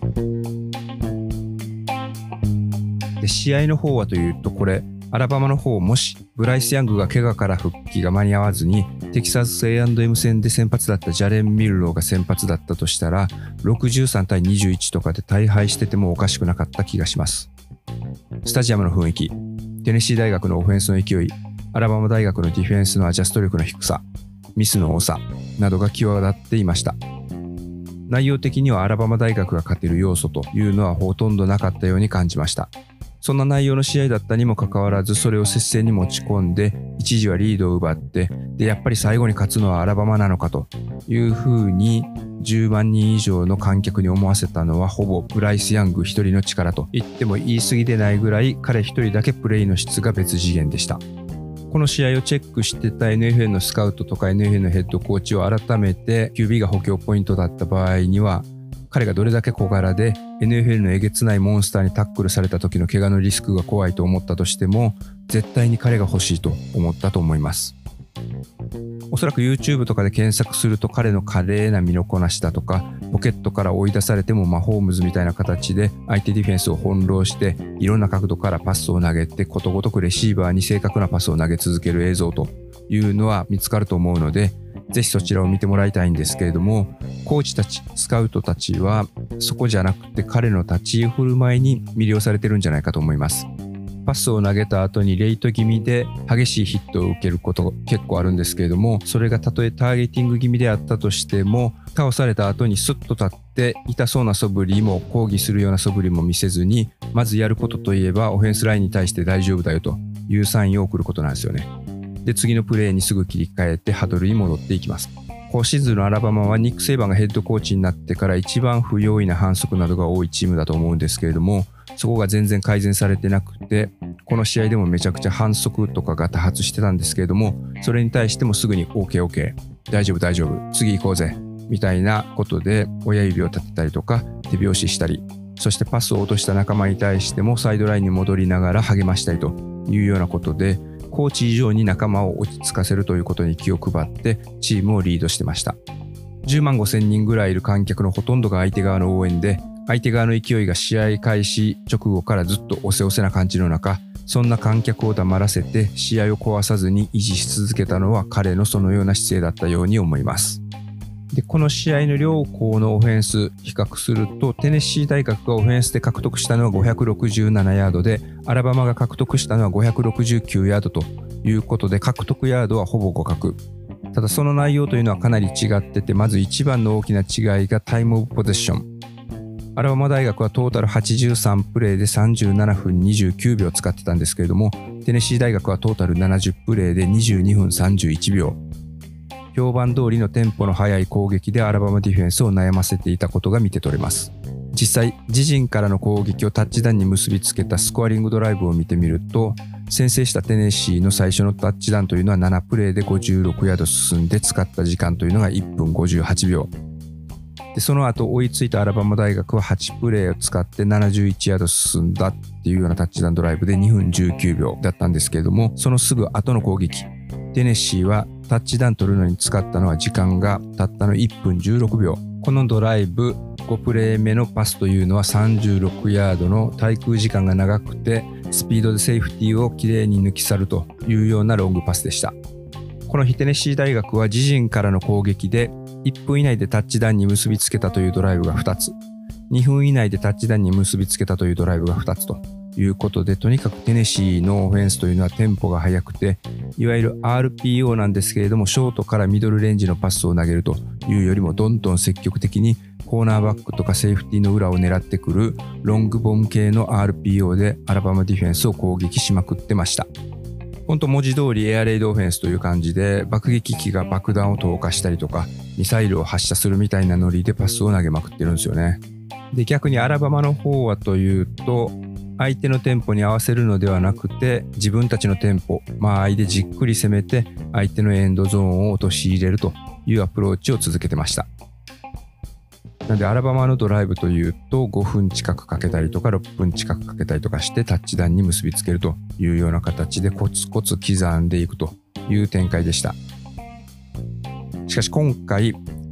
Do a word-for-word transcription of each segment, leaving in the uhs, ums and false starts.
で、試合の方はというと、これアラバマの方、もしブライス・ヤングが怪我から復帰が間に合わずにテキサス エーアンドエム 戦で先発だったジャレン・ミルローが先発だったとしたら、ろくじゅうさんたいにじゅういちとかで大敗しててもおかしくなかった気がします。スタジアムの雰囲気、テネシー大学のオフェンスの勢い、アラバマ大学のディフェンスのアジャスト力の低さ、ミスの多さなどが際立っていました。内容的にはアラバマ大学が勝てる要素というのはほとんどなかったように感じました。そんな内容の試合だったにもかかわらず、それを接戦に持ち込んで一時はリードを奪って、でやっぱり最後に勝つのはアラバマなのかというふうにじゅうまんにん以上の観客に思わせたのは、ほぼブライス・ヤング一人の力と言っても言い過ぎでないぐらい、彼一人だけプレーの質が別次元でした。この試合をチェックしてた エヌエフエル のスカウトとか エヌエフエル のヘッドコーチを改めて キュービー が補強ポイントだった場合には、彼がどれだけ小柄で エヌエフエル のえげつないモンスターにタックルされた時の怪我のリスクが怖いと思ったとしても、絶対に彼が欲しいと思ったと思います。おそらく YouTube とかで検索すると、彼の華麗な身のこなしだとか、ポケットから追い出されてもマホームズみたいな形で相手ディフェンスを翻弄して、いろんな角度からパスを投げて、ことごとくレシーバーに正確なパスを投げ続ける映像というのは見つかると思うので、ぜひそちらを見てもらいたいんですけれども、コーチたち、スカウトたちはそこじゃなくて彼の立ち居振る舞いに魅了されてるんじゃないかと思います。パスを投げた後にレイト気味で激しいヒットを受けること結構あるんですけれども、それがたとえターゲティング気味であったとしても、倒された後にスッと立って痛そうな素振りも抗議するような素振りも見せずに、まずやることといえばオフェンスラインに対して大丈夫だよというサインを送ることなんですよね。で、次のプレーにすぐ切り替えてハドルに戻っていきます。今シーズンのアラバマはニック・セイバーがヘッドコーチになってから一番不用意な反則などが多いチームだと思うんですけれども、そこが全然改善されてなくて、この試合でもめちゃくちゃ反則とかが多発してたんですけれども、それに対してもすぐに オーケーオーケー、大丈夫大丈夫、次行こうぜみたいなことで親指を立てたりとか手拍子したり、そしてパスを落とした仲間に対してもサイドラインに戻りながら励ましたりというようなことで、コーチ以上に仲間を落ち着かせるということに気を配ってチームをリードしてました。じゅうまんごせんにんぐらいいる観客のほとんどが相手側の応援で、相手側の勢いが試合開始直後からずっと押せ押せな感じの中、そんな観客を黙らせて試合を壊さずに維持し続けたのは彼のそのような姿勢だったように思います。で、この試合の両校のオフェンス比較すると、テネシー大学がオフェンスで獲得したのはごひゃくろくじゅうななヤードで、アラバマが獲得したのはごひゃくろくじゅうきゅうヤードということで、獲得ヤードはほぼ互角。ただその内容というのはかなり違ってて、まず一番の大きな違いがタイムオブポゼッション。アラバマ大学はトータルはちじゅうさんプレーでさんじゅうななふんにじゅうきゅうびょう使ってたんですけれども、テネシー大学はトータルななじゅうプレーでにじゅうにふんさんじゅういちびょう。評判通りのテンポの速い攻撃でアラバマディフェンスを悩ませていたことが見て取れます。実際、自陣からの攻撃をタッチダウンに結びつけたスコアリングドライブを見てみると、先制したテネシーの最初のタッチダウンというのはななプレーでごじゅうろくヤード進んで、使った時間というのがいっぷんごじゅうはちびょう。で、その後追いついたアラバマ大学ははちプレーを使ってななじゅういちヤード進んだっていうようなタッチダウンドライブでにふんじゅうきゅうびょうだったんですけれども、そのすぐ後の攻撃、テネシーはタッチダウン取るのに使ったのは時間がたったのいっぷんじゅうろくびょう。このドライブごプレー目のパスというのはさんじゅうろくヤードの滞空時間が長くて、スピードでセーフティーをきれいに抜き去るというようなロングパスでした。この日テネシー大学は自陣からの攻撃でいっぷん以内でタッチダウンに結びつけたというドライブがふたつ、にふん以内でタッチダウンに結びつけたというドライブがふたつということで、とにかくテネシーのオフェンスというのはテンポが速くて、いわゆる アールピーオー なんですけれども、ショートからミドルレンジのパスを投げるというよりも、どんどん積極的にコーナーバックとかセーフティーの裏を狙ってくるロングボム系の アールピーオー でアラバマディフェンスを攻撃しまくってました。本当文字通りエアレイドオフェンスという感じで、爆撃機が爆弾を投下したりとかミサイルを発射するみたいなノリでパスを投げまくってるんですよね。で、逆にアラバマの方はというと、相手のテンポに合わせるのではなくて、自分たちのテンポ、間合いでじっくり攻めて相手のエンドゾーンを陥れるというアプローチを続けてました。なのでアラバマのドライブというとごふん近くかけたりとかろっぷん近くかけたりとかしてタッチダウンに結びつけるというような形でコツコツ刻んでいくという展開でした。しかし今回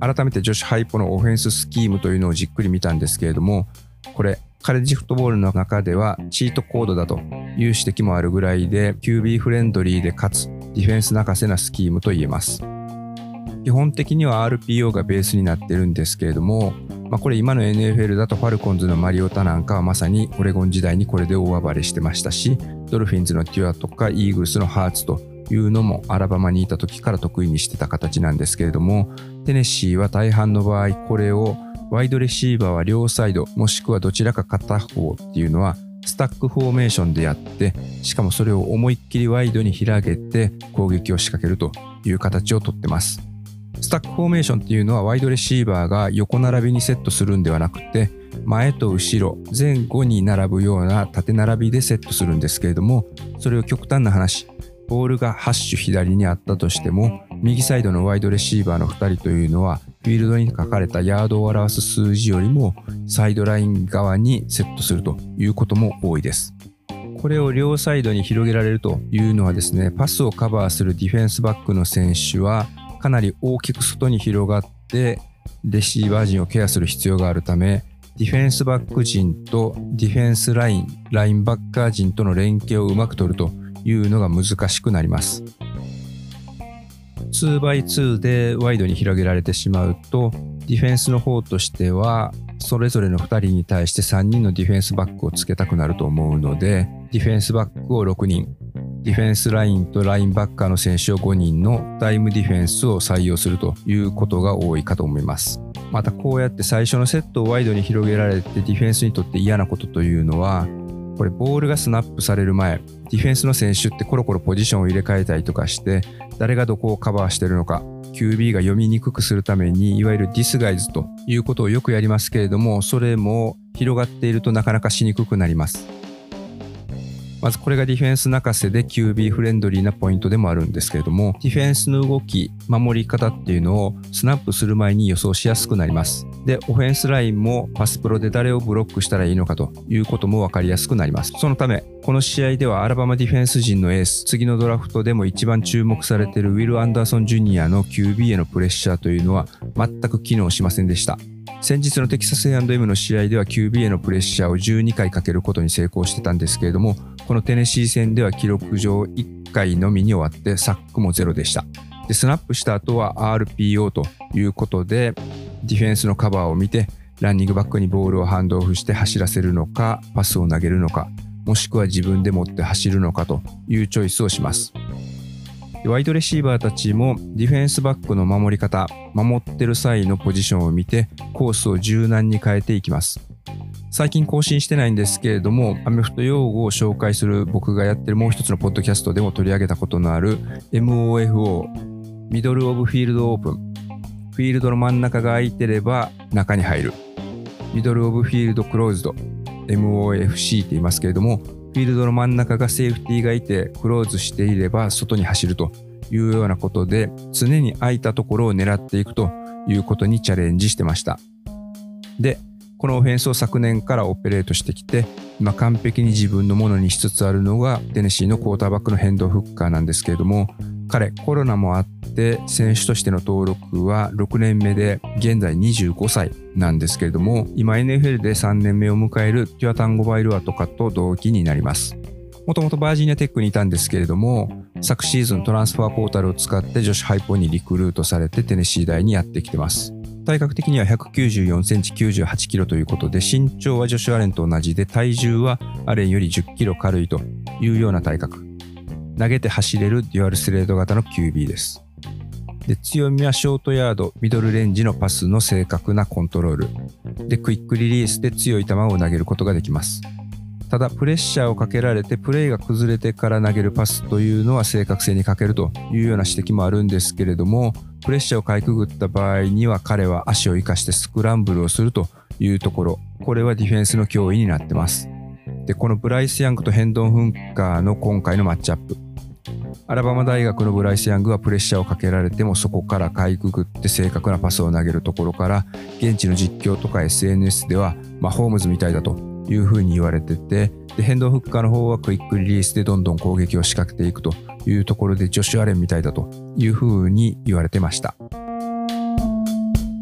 改めて女子ハイポのオフェンススキームというのをじっくり見たんですけれども、これカレッジフットボールの中ではチートコードだという指摘もあるぐらいで キュービー フレンドリーでかつディフェンス泣かせなスキームと言えます。基本的には アールピーオー がベースになってるんですけれども、まあ、これ今の エヌエフエル だとファルコンズのマリオタなんかはまさにオレゴン時代にこれで大暴れしてましたし、ドルフィンズのテュアとかイーグルスのハーツというのもアラバマにいた時から得意にしてた形なんですけれども、テネシーは大半の場合これをワイドレシーバーは両サイドもしくはどちらか片方っていうのはスタックフォーメーションでやって、しかもそれを思いっきりワイドに広げて攻撃を仕掛けるという形をとってます。スタックフォーメーションっていうのはワイドレシーバーが横並びにセットするんではなくて、前と後ろ前後に並ぶような縦並びでセットするんですけれども、それを極端な話、ボールがはっシュ左にあったとしても、右サイドのワイドレシーバーのふたりというのはフィールドに書かれたヤードを表す数字よりもサイドライン側にセットするということも多いです。これを両サイドに広げられるというのはですね、パスをカバーするディフェンスバックの選手はかなり大きく外に広がってレシーバー陣をケアする必要があるため、ディフェンスバック陣とディフェンスライン、ラインバッカー陣との連携をうまく取るというのが難しくなります。ツーバイツー でワイドに広げられてしまうと、ディフェンスの方としてはそれぞれのふたりに対してさんにんのディフェンスバックをつけたくなると思うので、ディフェンスバックをろくにん、ディフェンスラインとラインバッカーの選手をごにんのタイムディフェンスを採用するということが多いかと思います。またこうやって最初のセットをワイドに広げられてディフェンスにとって嫌なことというのは、これボールがスナップされる前、ディフェンスの選手ってコロコロポジションを入れ替えたりとかして、誰がどこをカバーしてるのか キュービー が読みにくくするためにいわゆるディスガイズということをよくやりますけれども、それも広がっているとなかなかしにくくなります。まずこれがディフェンス泣かせで キュービー フレンドリーなポイントでもあるんですけれども、ディフェンスの動き、守り方っていうのをスナップする前に予想しやすくなります。で、オフェンスラインもパスプロで誰をブロックしたらいいのかということも分かりやすくなります。そのため、この試合ではアラバマディフェンス陣のエース、次のドラフトでも一番注目されているウィル・アンダーソン・ジュニアの キュービー へのプレッシャーというのは全く機能しませんでした。先日のテキサス エーアンドエム の試合では キュービー へのプレッシャーをじゅうにかいかけることに成功してたんですけれども、このテネシー戦では記録上いっかいのみに終わってサックもゼロでした。で、スナップした後は アールピーオー ということで、ディフェンスのカバーを見てランニングバックにボールをハンドオフして走らせるのか、パスを投げるのか、もしくは自分で持って走るのかというチョイスをします。ワイドレシーバーたちもディフェンスバックの守り方、守ってる際のポジションを見てコースを柔軟に変えていきます。最近更新してないんですけれども、アメフト用語を紹介する僕がやってるもう一つのポッドキャストでも取り上げたことのある エムオーエフオー、ミドルオブフィールドオープン。フィールドの真ん中が空いてれば中に入る。ミドルオブフィールドクローズド、エムオーエフシー って言いますけれども、フィールドの真ん中がセーフティーがいてクローズしていれば外に走るというようなことで、常に空いたところを狙っていくということにチャレンジしてました。で、このオフェンスを昨年からオペレートしてきて、今完璧に自分のものにしつつあるのがテネシーのクォーターバックのヘンドフッカーなんですけれども、彼コロナもあって選手としての登録はろくねんめで現在にじゅうごさいなんですけれども、今 エヌエフエル でさんねんめを迎えるテュアタンゴバイルアとかと同期になります。もともとバージニアテックにいたんですけれども、昨シーズントランスファーポータルを使って女子ハイポにリクルートされてテネシー大にやってきてます。体格的にはひゃくきゅうじゅうよんセンチきゅうじゅうはちキロということで、身長はジョシュ・アレンと同じで、体重はアレンよりじゅっキロ軽いというような体格。投げて走れるデュアルスレード型の キュービー です。で、強みはショートヤード、ミドルレンジのパスの正確なコントロール。で、クイックリリースで強い球を投げることができます。ただ、プレッシャーをかけられてプレーが崩れてから投げるパスというのは正確性に欠けるというような指摘もあるんですけれども、プレッシャーをかいくぐった場合には彼は足を生かしてスクランブルをするというところ、これはディフェンスの脅威になってます。で、このブライス・ヤングとヘンドン・フンカーの今回のマッチアップ。アラバマ大学のブライス・ヤングはプレッシャーをかけられてもそこからかいくぐって正確なパスを投げるところから、現地の実況とか エスエヌエス ではマホームズみたいだというふうに言われてて、でヘンドンフッカーの方はクイックリリースでどんどん攻撃を仕掛けていくというところでジョシュ・アレンみたいだというふうに言われてました。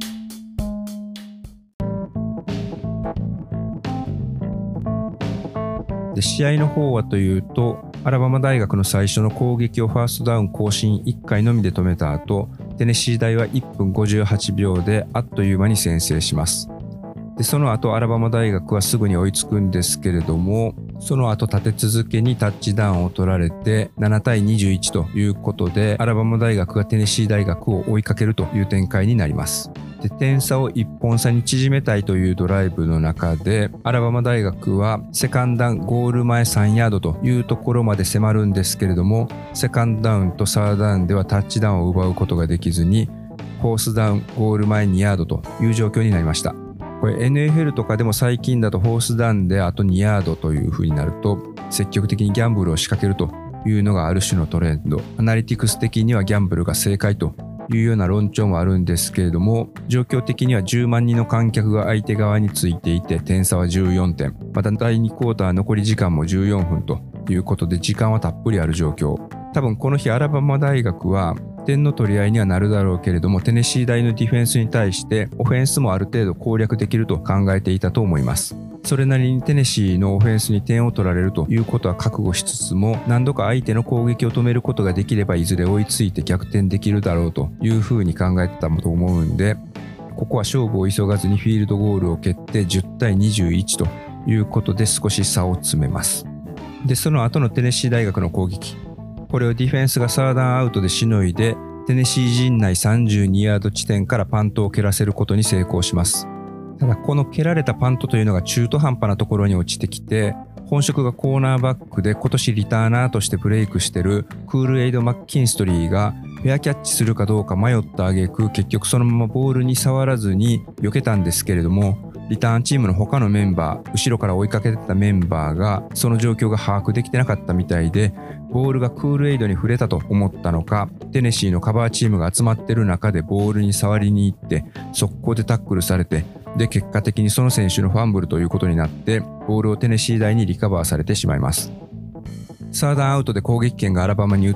で、試合の方はというと、アラバマ大学の最初の攻撃をファーストダウン更新いっかいのみで止めた後、テネシー大はいっぷんごじゅうはちびょうであっという間に先制します。で、その後アラバマ大学はすぐに追いつくんですけれども、その後立て続けにタッチダウンを取られてななたいにじゅういちということで、アラバマ大学がテネシー大学を追いかけるという展開になります。で、点差をいっぽん差に縮めたいというドライブの中で、アラバマ大学はセカンダウンゴール前さんヤードというところまで迫るんですけれども、セカンドダウンとサードダウンではタッチダウンを奪うことができずに、フォースダウンゴール前にヤードという状況になりました。これ エヌエフエル とかでも最近だとフォースダウンであとにヤードという風になると積極的にギャンブルを仕掛けるというのがある種のトレンド。アナリティクス的にはギャンブルが正解というような論調もあるんですけれども、状況的にはじゅうまんにんの観客が相手側についていて点差はじゅうよんてん。まただいにクォーター残り時間もじゅうよんぷんということで時間はたっぷりある状況。多分この日アラバマ大学は点の取り合いにはなるだろうけれども、テネシー大のディフェンスに対してオフェンスもある程度攻略できると考えていたと思います。それなりにテネシーのオフェンスに点を取られるということは覚悟しつつも、何度か相手の攻撃を止めることができればいずれ追いついて逆転できるだろうというふうに考えてたと思うんで、ここは勝負を急がずにフィールドゴールを蹴ってじゅったいにじゅういちということで少し差を詰めます。で、その後のテネシー大学の攻撃。これをディフェンスがサーダンアウトでしのいで、テネシー陣内さんじゅうにヤード地点からパントを蹴らせることに成功します。ただこの蹴られたパントというのが中途半端なところに落ちてきて、本職がコーナーバックで今年リターナーとしてブレイクしてるクールエイド・マッキンストリーがフェアキャッチするかどうか迷った挙句、結局そのままボールに触らずに避けたんですけれども、リターンチームの他のメンバー、後ろから追いかけてたメンバーがその状況が把握できてなかったみたいで、ボールがクールエイドに触れたと思ったのか、テネシーのカバーチームが集まってる中でボールに触りに行って速攻でタックルされて、で結果的にその選手のファンブルということになってボールをテネシー大にリカバーされてしまいます。サードアウトで攻撃権がアラバマに移って、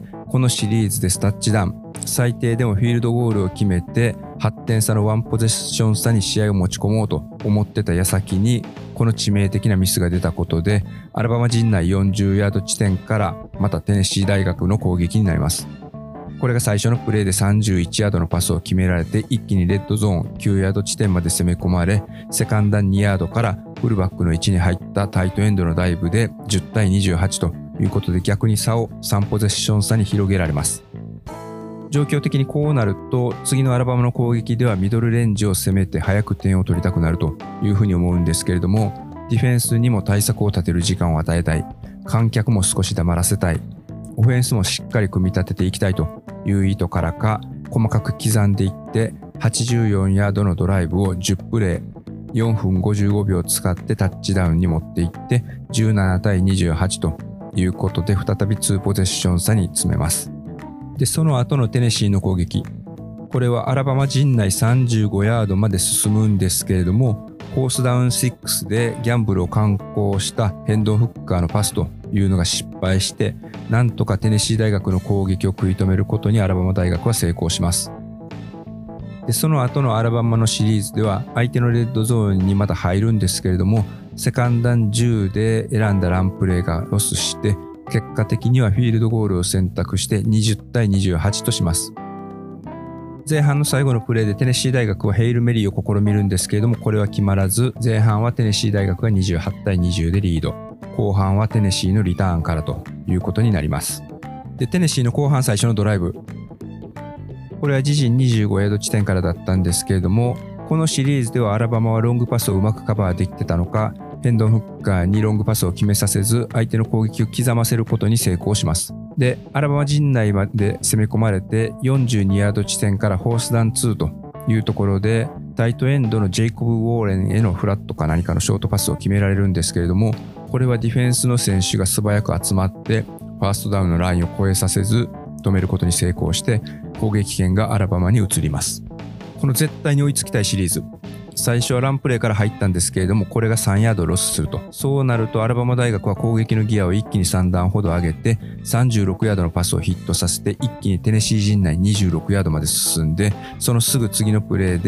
このシリーズでタッチダウン、最低でもフィールドゴールを決めてはってん差のワンポゼッション差に試合を持ち込もうと思ってた矢先にこの致命的なミスが出たことで、アラバマ陣内よんじゅうヤード地点からまたテネシー大学の攻撃になります。これが最初のプレーでさんじゅういちヤードのパスを決められて、一気にレッドゾーンきゅうヤード地点まで攻め込まれ、セカンダにヤードからフルバックの位置に入ったタイトエンドのダイブでじゅったいにじゅうはちということで逆に差をさんポゼッション差に広げられます。状況的にこうなると、次のアラバマの攻撃ではミドルレンジを攻めて早く点を取りたくなるというふうに思うんですけれども、ディフェンスにも対策を立てる時間を与えたい、観客も少し黙らせたい、オフェンスもしっかり組み立てていきたいという意図からか、細かく刻んでいってはちじゅうよんヤードのドライブをじゅうプレーよんぷんごじゅうごびょう使ってタッチダウンに持っていってじゅうななたいにじゅうはちということで再びにポゼッション差に詰めます。で、その後のテネシーの攻撃。これはアラバマ陣内さんじゅうごヤードまで進むんですけれども、フォースダウンろくでギャンブルを敢行したヘンドンフッカーのパスというのが失敗して、なんとかテネシー大学の攻撃を食い止めることにアラバマ大学は成功します。で、その後のアラバマのシリーズでは相手のレッドゾーンにまた入るんですけれども、セカンダンじゅうで選んだランプレーがロスして、結果的にはフィールドゴールを選択してにじゅうたいにじゅうはちとします。前半の最後のプレーでテネシー大学はヘイルメリーを試みるんですけれども、これは決まらず、前半はテネシー大学がにじゅうはちたいにじゅうでリード、後半はテネシーのリターンからということになります。で、テネシーの後半最初のドライブ、これは自陣にじゅうごヤード地点からだったんですけれども、このシリーズではアラバマはロングパスをうまくカバーできてたのか、ヘンドンフッカーにロングパスを決めさせず相手の攻撃を刻ませることに成功します。で、アラバマ陣内まで攻め込まれてよんじゅうにヤード地点からフォースダウンにというところでタイトエンドのジェイコブ・ウォーレンへのフラットか何かのショートパスを決められるんですけれども、これはディフェンスの選手が素早く集まってファーストダウンのラインを越えさせず止めることに成功して攻撃権がアラバマに移ります。この絶対に追いつきたいシリーズ、最初はランプレーから入ったんですけれども、これがさんヤードロスすると。そうなるとアラバマ大学は攻撃のギアを一気にさん段ほど上げてさんじゅうろくヤードのパスをヒットさせて一気にテネシー陣内にじゅうろくヤードまで進んで、そのすぐ次のプレーで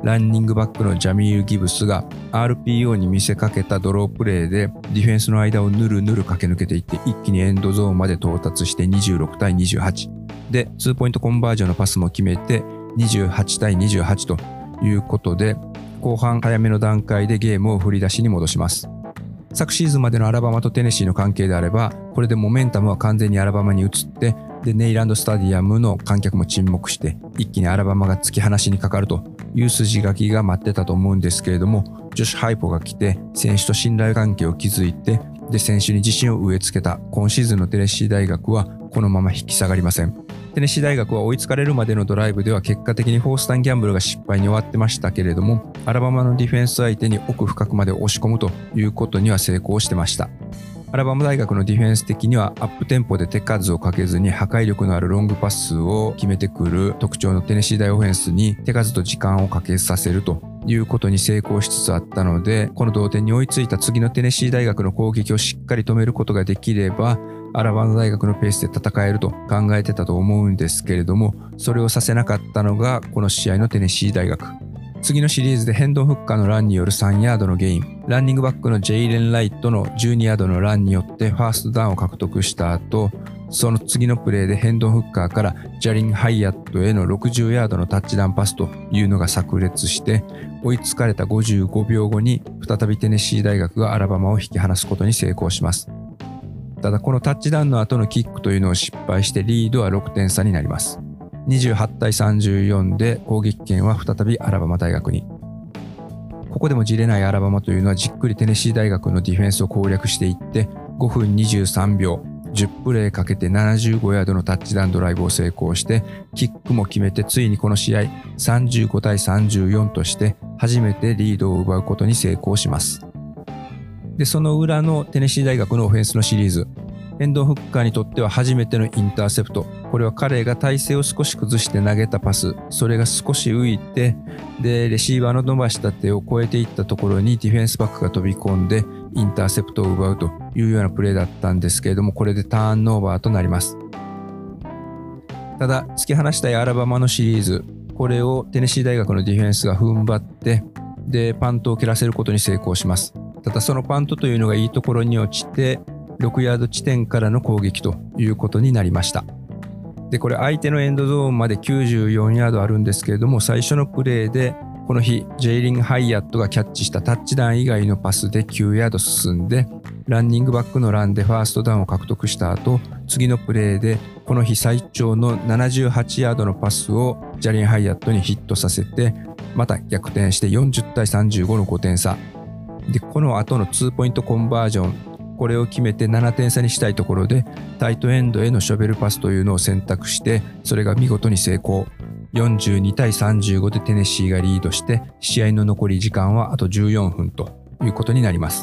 ランニングバックのジャミール・ギブスが アールピーオー に見せかけたドロープレーでディフェンスの間をぬるぬる駆け抜けていって一気にエンドゾーンまで到達してにじゅうろくたいにじゅうはちでツーポイントコンバージョンのパスも決めてにじゅうはちたいにじゅうはちということで後半早めの段階でゲームを振り出しに戻します。昨シーズンまでのアラバマとテネシーの関係であればこれでモメンタムは完全にアラバマに移ってでネイランドスタディアムの観客も沈黙して一気にアラバマが突き放しにかかるという筋書きが待ってたと思うんですけれども、ジョシュ・ハイポが来て選手と信頼関係を築いてで選手に自信を植え付けた今シーズンのテネシー大学はこのまま引き下がりません。テネシー大学は追いつかれるまでのドライブでは結果的にフォースタンギャンブルが失敗に終わってましたけれども、アラバマのディフェンス相手に奥深くまで押し込むということには成功してました。アラバマ大学のディフェンス的にはアップテンポで手数をかけずに破壊力のあるロングパスを決めてくる特徴のテネシー大オフェンスに手数と時間をかけさせるということに成功しつつあったので、この同点に追いついた次のテネシー大学の攻撃をしっかり止めることができればアラバマ大学のペースで戦えると考えてたと思うんですけれども、それをさせなかったのがこの試合のテネシー大学。次のシリーズでヘンドン・フッカーのランによるさんヤードのゲイン、ランニングバックのジェイレン・ライトのじゅうにヤードのランによってファーストダウンを獲得した後、その次のプレーでヘンドン・フッカーからジャリン・ハイヤットへのろくじゅうヤードのタッチダウンパスというのが炸裂して追いつかれたごじゅうごびょうごに再びテネシー大学がアラバマを引き離すことに成功します。ただこのタッチダウンの後のキックというのを失敗してリードはろくてん差になります。にじゅうはちたいさんじゅうよんで攻撃権は再びアラバマ大学に。ここでもじれないアラバマというのはじっくりテネシー大学のディフェンスを攻略していってごふんにじゅうさんびょうじゅうプレーかけてななじゅうごヤードのタッチダウンドライブを成功してキックも決めてついにこの試合さんじゅうごたいさんじゅうよんとして初めてリードを奪うことに成功します。でその裏のテネシー大学のオフェンスのシリーズ、ヘンドン・フッカーにとっては初めてのインターセプト。これは彼が体勢を少し崩して投げたパス、それが少し浮いてでレシーバーの伸ばした手を越えていったところにディフェンスバックが飛び込んでインターセプトを奪うというようなプレーだったんですけれども、これでターンオーバーとなります。ただ突き放したいアラバマのシリーズ、これをテネシー大学のディフェンスが踏ん張ってでパントを蹴らせることに成功します。ただそのパントというのがいいところに落ちてろくヤード地点からの攻撃ということになりました。でこれ相手のエンドゾーンまできゅうじゅうよんヤードあるんですけれども、最初のプレーでこの日ジェイリン・ハイヤットがキャッチしたタッチダウン以外のパスできゅうヤード進んでランニングバックのランでファーストダウンを獲得した後、次のプレーでこの日最長のななじゅうはちヤードのパスをジャリン・ハイヤットにヒットさせてまた逆転してよんじゅうたいさんじゅうごのごてん差で、この後のツーポイントコンバージョン、これを決めてななてん差にしたいところでタイトエンドへのショベルパスというのを選択してそれが見事に成功。よんじゅうにたいさんじゅうごでテネシーがリードして試合の残り時間はあとじゅうよんふんということになります。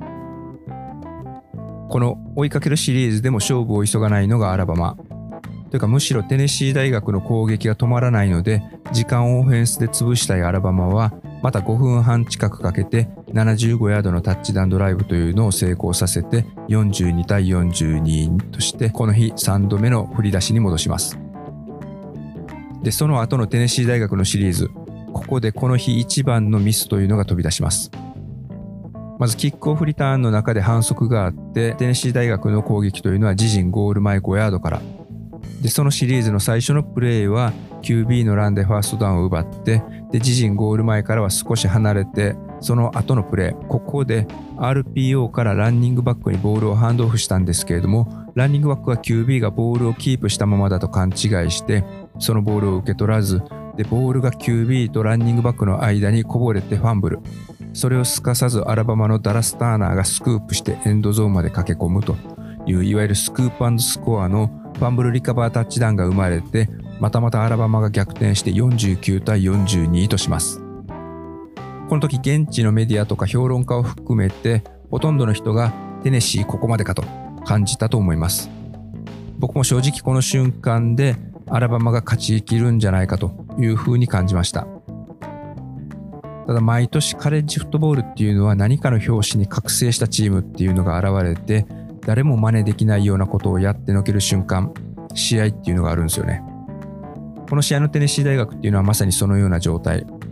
この追いかけるシリーズでも勝負を急がないのがアラバマというか、むしろテネシー大学の攻撃が止まらないので時間をオフェンスで潰したいアラバマはまたごふんはん近くかけてななじゅうごヤードのタッチダウンドライブというのを成功させてよんじゅうにたいよんじゅうにとしてこの日さんどめの振り出しに戻します。でその後のテネシー大学のシリーズ、ここでこの日一番のミスというのが飛び出します。まずキックオフリターンの中で反則があってテネシー大学の攻撃というのは自陣ゴール前ごヤードからで、そのシリーズの最初のプレーは キュービー のランでファーストダウンを奪ってで自陣ゴール前からは少し離れてその後のプレー、ここで アールピーオー からランニングバックにボールをハンドオフしたんですけれども、ランニングバックは キュービー がボールをキープしたままだと勘違いしてそのボールを受け取らずでボールが キュービー とランニングバックの間にこぼれてファンブル、それをすかさずアラバマのダラス・ターナーがスクープしてエンドゾーンまで駆け込むといういわゆるスクープ&スコアのファンブルリカバータッチダウンが生まれてまたまたアラバマが逆転してよんじゅうきゅうたいよんじゅうにとします。この時現地のメディアとか評論家を含めてほとんどの人がテネシーここまでかと感じたと思います。僕も正直この瞬間でアラバマが勝ち切るんじゃないかというふうに感じました。ただ毎年カレッジフットボールっていうのは何かの拍子に覚醒したチームっていうのが現れて誰も真似できないようなことをやってのける瞬間、試合っていうのがあるんですよね。この試合のテネシー大学っていうのはまさにそのような状態。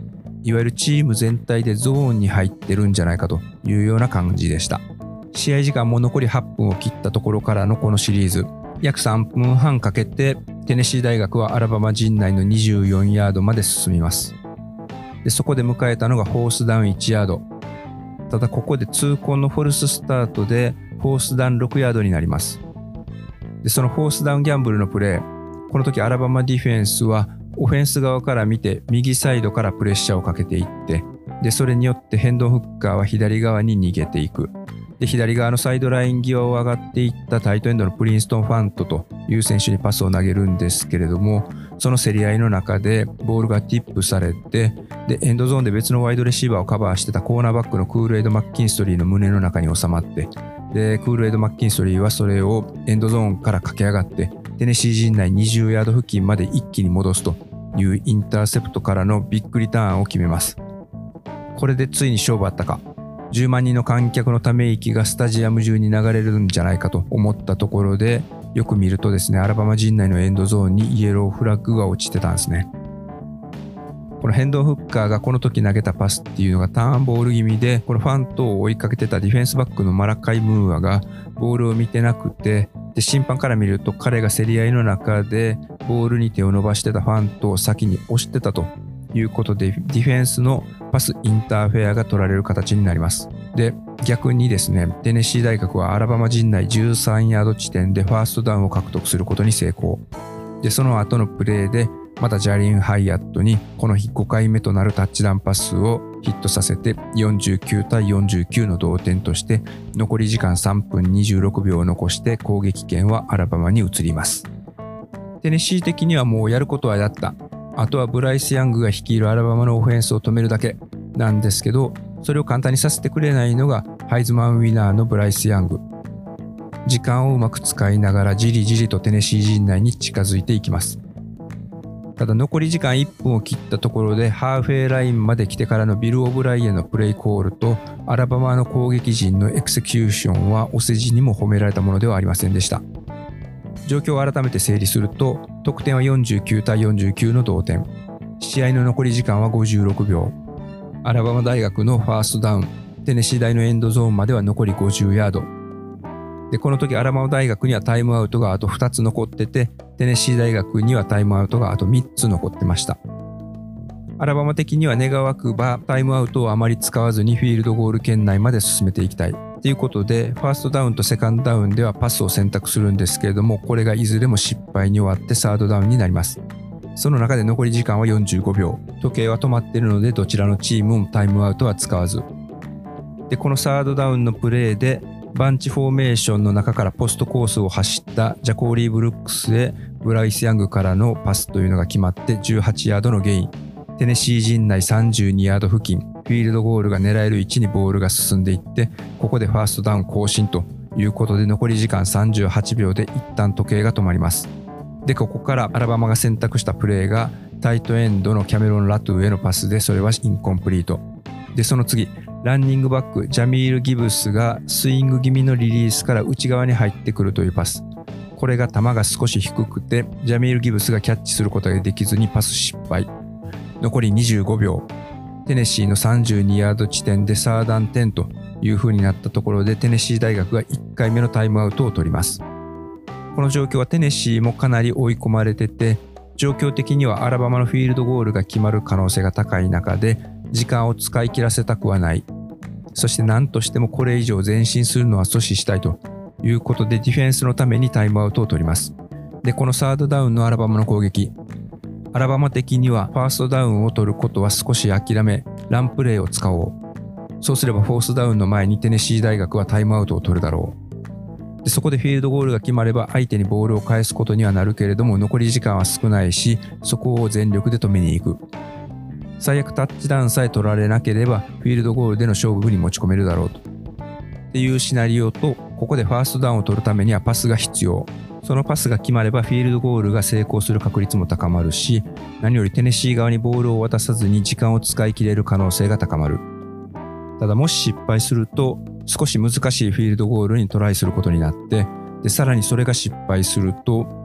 いわゆるチーム全体でゾーンに入ってるんじゃないかというような感じでした。試合時間も残りはっぷんを切ったところからのこのシリーズ、約さんぷんはんかけてテネシー大学はアラバマ陣内のにじゅうよんヤードまで進みます。でそこで迎えたのがフォースダウンいちヤード。ただここで痛恨のフォルススタートでフォースダウンろくヤードになります。でそのフォースダウンギャンブルのプレー、この時アラバマディフェンスはオフェンス側から見て右サイドからプレッシャーをかけていって、でそれによってヘンドンフッカーは左側に逃げていく。で左側のサイドライン際を上がっていったタイトエンドのプリンストン・ファントという選手にパスを投げるんですけれども、その競り合いの中でボールがティップされて、でエンドゾーンで別のワイドレシーバーをカバーしてたコーナーバックのクールエイド・マッキンストリーの胸の中に収まって、でクールエイド・マッキンストリーはそれをエンドゾーンから駆け上がってテネシー陣内にじゅうヤード付近まで一気に戻すというインターセプトからのビッグリターンを決めます。これでついに勝負あったか。じゅうまんにんの観客のため息がスタジアム中に流れるんじゃないかと思ったところで、よく見るとですね、アラバマ陣内のエンドゾーンにイエローフラッグが落ちてたんですね。このヘンドンフッカーがこの時投げたパスっていうのがターンボール気味で、このファントを追いかけてたディフェンスバックのマラカイ・ムーアがボールを見てなくて、で審判から見ると彼が競り合いの中でボールに手を伸ばしてたファントを先に押してたということで、ディフェンスのパスインターフェアが取られる形になります。で逆にですね、テネシー大学はアラバマ陣内じゅうさんヤード地点でファーストダウンを獲得することに成功。でその後のプレーでまたジャリン・ハイアットにこの日ごかいめとなるタッチダウンパスをヒットさせてよんじゅうきゅうたいよんじゅうきゅうの同点として、残り時間さんぷんにじゅうろくびょうを残して攻撃権はアラバマに移ります。テネシー的にはもうやることはやった。あとはブライス・ヤングが率いるアラバマのオフェンスを止めるだけなんですけど、それを簡単にさせてくれないのがハイズマンウィナーのブライス・ヤング。時間をうまく使いながらじりじりとテネシー陣内に近づいていきます。ただ残り時間いっぷんを切ったところでハーフウェイラインまで来てからのビル・オブライエンのプレイコールとアラバマの攻撃陣のエクセキューションはお世辞にも褒められたものではありませんでした。状況を改めて整理すると、得点はよんじゅうきゅうたいよんじゅうきゅうの同点。試合の残り時間はごじゅうろくびょう。アラバマ大学のファーストダウン、テネシー大のエンドゾーンまでは残りごじゅうヤード。で、この時アラバマ大学にはタイムアウトがあとふたつ残ってて、テネシー大学にはタイムアウトがあとみっつ残ってました。アラバマ的には願わくばタイムアウトをあまり使わずにフィールドゴール圏内まで進めていきたい。ということで、ファーストダウンとセカンドダウンではパスを選択するんですけれども、これがいずれも失敗に終わってサードダウンになります。その中で残り時間はよんじゅうごびょう。時計は止まっているので、どちらのチームもタイムアウトは使わず。で、このサードダウンのプレーで、バンチフォーメーションの中からポストコースを走ったジャコーリー・ブルックスへブライス・ヤングからのパスというのが決まってじゅうはちヤードのゲイン。テネシー陣内さんじゅうにヤード付近、フィールドゴールが狙える位置にボールが進んでいって、ここでファーストダウン更新ということで残り時間さんじゅうはちびょうで一旦時計が止まります。で、ここからアラバマが選択したプレーがタイトエンドのキャメロン・ラトゥへのパスで、それはインコンプリート。で、その次、ランニングバック、ジャミール・ギブスがスイング気味のリリースから内側に入ってくるというパス。これが球が少し低くて、ジャミール・ギブスがキャッチすることができずにパス失敗。残りにじゅうごびょう。テネシーのさんじゅうにヤード地点でサーダンテンという風になったところで、テネシー大学がいっかいめのタイムアウトを取ります。この状況はテネシーもかなり追い込まれてて、状況的にはアラバマのフィールドゴールが決まる可能性が高い中で、時間を使い切らせたくはない。そして何としてもこれ以上前進するのは阻止したいということで、ディフェンスのためにタイムアウトを取ります。で、このサードダウンのアラバマの攻撃。アラバマ的にはファーストダウンを取ることは少し諦め、ランプレーを使おう。そうすればフォースダウンの前にテネシー大学はタイムアウトを取るだろう。で、そこでフィールドゴールが決まれば相手にボールを返すことにはなるけれども、残り時間は少ないし、そこを全力で止めに行く。最悪タッチダウンさえ取られなければフィールドゴールでの勝負に持ち込めるだろうと。っていうシナリオと、ここでファーストダウンを取るためにはパスが必要。そのパスが決まればフィールドゴールが成功する確率も高まるし、何よりテネシー側にボールを渡さずに時間を使い切れる可能性が高まる。ただもし失敗すると少し難しいフィールドゴールにトライすることになって、でさらにそれが失敗すると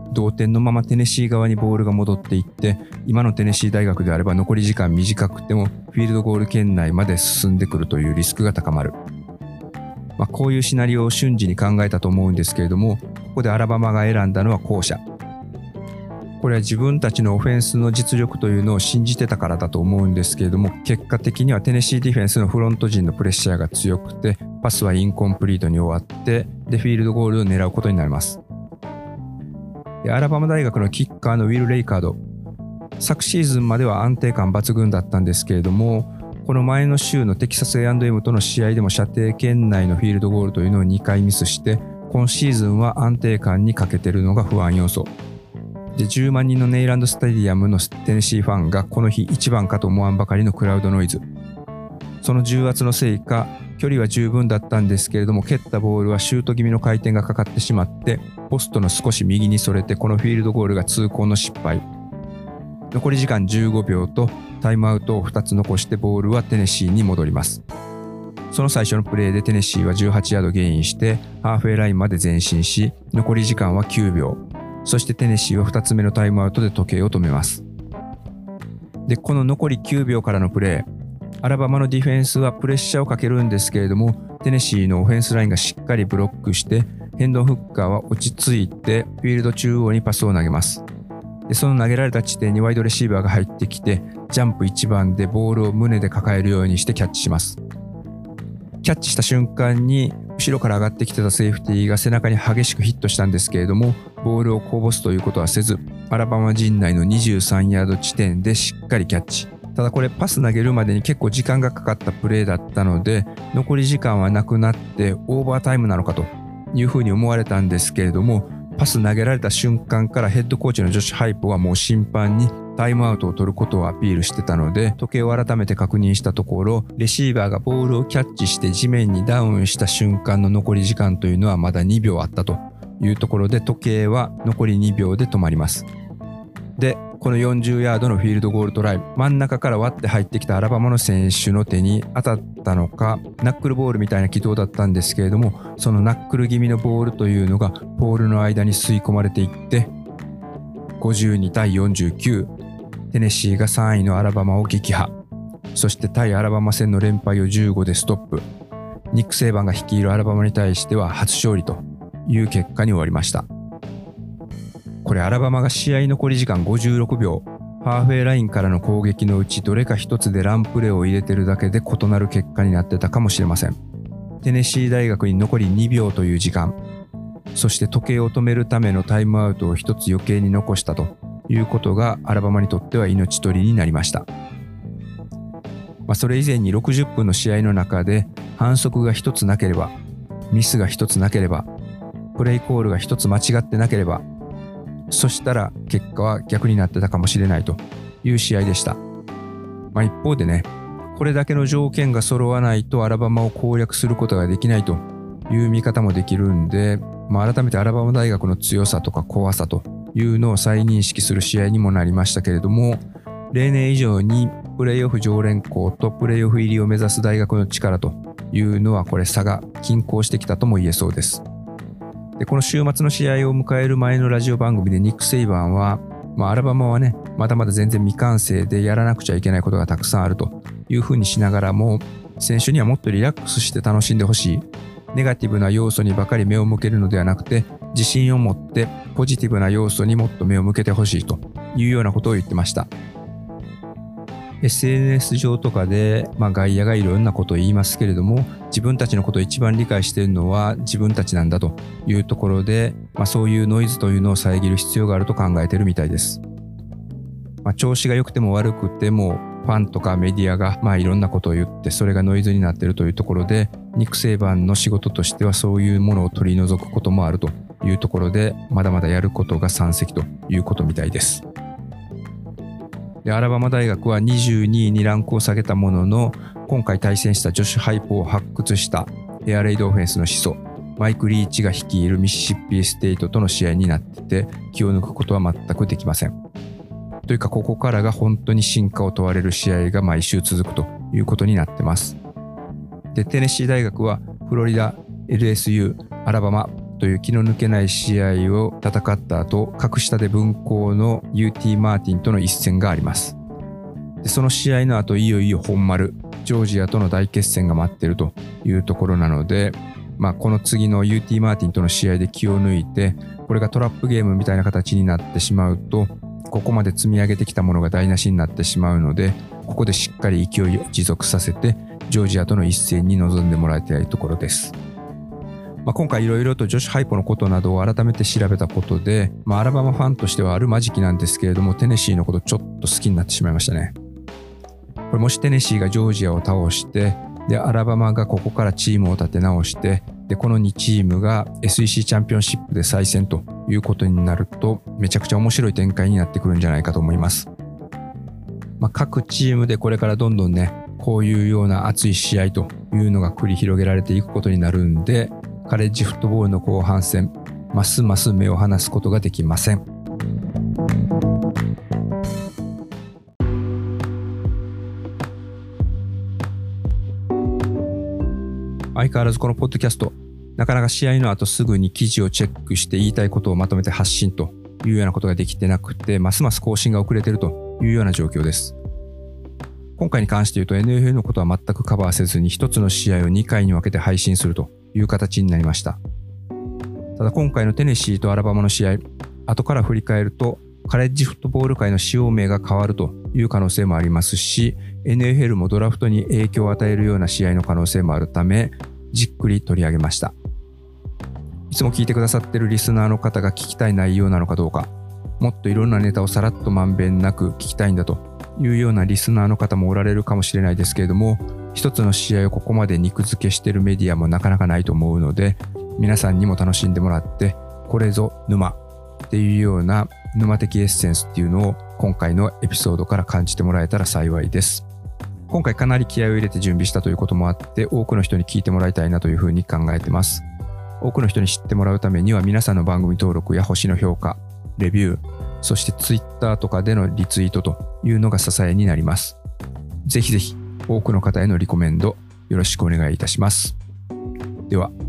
同点のままテネシー側にボールが戻っていって、今のテネシー大学であれば残り時間短くてもフィールドゴール圏内まで進んでくるというリスクが高まる。まあ、こういうシナリオを瞬時に考えたと思うんですけれども、ここでアラバマが選んだのは後者。これは自分たちのオフェンスの実力というのを信じてたからだと思うんですけれども、結果的にはテネシーディフェンスのフロント陣のプレッシャーが強くて、パスはインコンプリートに終わって、で、フィールドゴールを狙うことになります。で、アラバマ大学のキッカーのウィル・レイカード。昨シーズンまでは安定感抜群だったんですけれども、この前の週のテキサス エーアンドエム との試合でも射程圏内のフィールドゴールというのをにかいミスして、今シーズンは安定感に欠けているのが不安要素。で、じゅうまんにんのネイランドスタディアムのテネシーファンがこの日一番かと思わんばかりのクラウドノイズ。その重圧のせいか、距離は十分だったんですけれども、蹴ったボールはシュート気味の回転がかかってしまって、ポストの少し右にそれて、このフィールドゴールが痛恨の失敗。残り時間じゅうごびょうとタイムアウトをふたつ残してボールはテネシーに戻ります。その最初のプレーでテネシーはじゅうはちヤードゲインして、ハーフウェイラインまで前進し、残り時間はきゅうびょう。そしてテネシーはふたつめのタイムアウトで時計を止めます。で、この残りきゅうびょうからのプレー、アラバマのディフェンスはプレッシャーをかけるんですけれども、テネシーのオフェンスラインがしっかりブロックして、ヘンドン・フッカーは落ち着いてフィールド中央にパスを投げます。で、その投げられた地点にワイドレシーバーが入ってきて、ジャンプいちばんでボールを胸で抱えるようにしてキャッチします。キャッチした瞬間に後ろから上がってきてたセーフティーが背中に激しくヒットしたんですけれども、ボールをこぼすということはせず、アラバマ陣内のにじゅうさんヤード地点でしっかりキャッチ。ただこれパス投げるまでに結構時間がかかったプレーだったので、残り時間はなくなってオーバータイムなのかというふうに思われたんですけれども、パス投げられた瞬間からヘッドコーチのジョシュ・ハイポはもう審判にタイムアウトを取ることをアピールしてたので、時計を改めて確認したところ、レシーバーがボールをキャッチして地面にダウンした瞬間の残り時間というのはまだにびょうあったというところで、時計は残りにびょうで止まります。で、このよんじゅうヤードのフィールドゴールトライ、真ん中から割って入ってきたアラバマの選手の手に当たったのか、ナックルボールみたいな軌道だったんですけれども、そのナックル気味のボールというのがポールの間に吸い込まれていって、ごじゅうにたいよんじゅうきゅう、テネシーがさんいのアラバマを撃破。そして対アラバマ戦の連敗をじゅうごでストップ。ニック・セイバンが率いるアラバマに対しては初勝利という結果に終わりました。これアラバマが試合残り時間ごじゅうろくびょう、ハーフウェイラインからの攻撃のうちどれか一つでランプレーを入れてるだけで異なる結果になってたかもしれません。テネシー大学に残りにびょうという時間、そして時計を止めるためのタイムアウトを一つ余計に残したということがアラバマにとっては命取りになりました。まあ、それ以前にろくじゅっぷんの試合の中で反則が一つなければ、ミスが一つなければ、プレイコールが一つ間違ってなければ、そしたら結果は逆になってたかもしれないという試合でした。まあ、一方でね、これだけの条件が揃わないとアラバマを攻略することができないという見方もできるんで、まあ、改めてアラバマ大学の強さとか怖さというのを再認識する試合にもなりましたけれども、例年以上にプレーオフ常連校とプレーオフ入りを目指す大学の力というのはこれ差が均衡してきたとも言えそうです。で、この週末の試合を迎える前のラジオ番組でニック・セイバンは、まあ、アラバマはね、まだまだ全然未完成でやらなくちゃいけないことがたくさんあるというふうにしながらも、選手にはもっとリラックスして楽しんでほしい。ネガティブな要素にばかり目を向けるのではなくて、自信を持ってポジティブな要素にもっと目を向けてほしいというようなことを言ってました。エスエヌエス 上とかで、まあ、外野がいろんなことを言いますけれども、自分たちのことを一番理解しているのは自分たちなんだというところで、まあ、そういうノイズというのを遮る必要があると考えているみたいです。まあ、調子が良くても悪くてもファンとかメディアがまあいろんなことを言ってそれがノイズになっているというところで、ニック・セイバンの仕事としてはそういうものを取り除くこともあるというところで、まだまだやることが山積ということみたいです。で、アラバマ大学はにじゅうにいにランクを下げたものの、今回対戦したジョシュ・ハイポを発掘したエアレイドオフェンスの始祖マイク・リーチが率いるミシシッピステートとの試合になってて、気を抜くことは全くできません。というか、ここからが本当に進化を問われる試合が毎週続くということになってます。で、テネシー大学はフロリダ、エルエスユー、アラバマ、 という気の抜けない試合を戦った後、格下で分校の ユーティー マーティンとの一戦があります。でその試合の後、いよいよ本丸、ジョージアとの大決戦が待っているというところなので、まあ、この次の ユーティー マーティンとの試合で気を抜いて、これがトラップゲームみたいな形になってしまうと、ここまで積み上げてきたものが台無しになってしまうので、ここでしっかり勢いを持続させて、ジョージアとの一戦に臨んでもらいたいところです。まあ、今回いろいろと女子ハイポのことなどを改めて調べたことで、まあ、アラバマファンとしてはあるまじきなんですけれども、テネシーのことちょっと好きになってしまいましたね。これもしテネシーがジョージアを倒して、でアラバマがここからチームを立て直して、でこのにチームが エスイーシー チャンピオンシップで再戦ということになると、めちゃくちゃ面白い展開になってくるんじゃないかと思います。まあ、各チームでこれからどんどんね、こういうような熱い試合というのが繰り広げられていくことになるんで、カレッジフットボールの後半戦、ますます目を離すことができません。相変わらずこのポッドキャスト、なかなか試合の後すぐに記事をチェックして言いたいことをまとめて発信というようなことができてなくて、ますます更新が遅れているというような状況です。今回に関して言うと エヌエフエル のことは全くカバーせずに一つの試合をにかいに分けて配信するという形になりました。ただ今回のテネシーとアラバマの試合、後から振り返るとカレッジフットボール界の使用名が変わるという可能性もありますし、 エヌエフエル もドラフトに影響を与えるような試合の可能性もあるため、じっくり取り上げました。いつも聞いてくださっているリスナーの方が聞きたい内容なのかどうか、もっといろんなネタをさらっとまんべんなく聞きたいんだというようなリスナーの方もおられるかもしれないですけれども、一つの試合をここまで肉付けしているメディアもなかなかないと思うので、皆さんにも楽しんでもらって、これぞ沼っていうような沼的エッセンスっていうのを今回のエピソードから感じてもらえたら幸いです。今回かなり気合を入れて準備したということもあって、多くの人に聞いてもらいたいなというふうに考えてます。多くの人に知ってもらうためには、皆さんの番組登録や星の評価、レビュー、そしてツイッターとかでのリツイートというのが支えになります。ぜひぜひ多くの方へのリコメンドよろしくお願いいたします。では。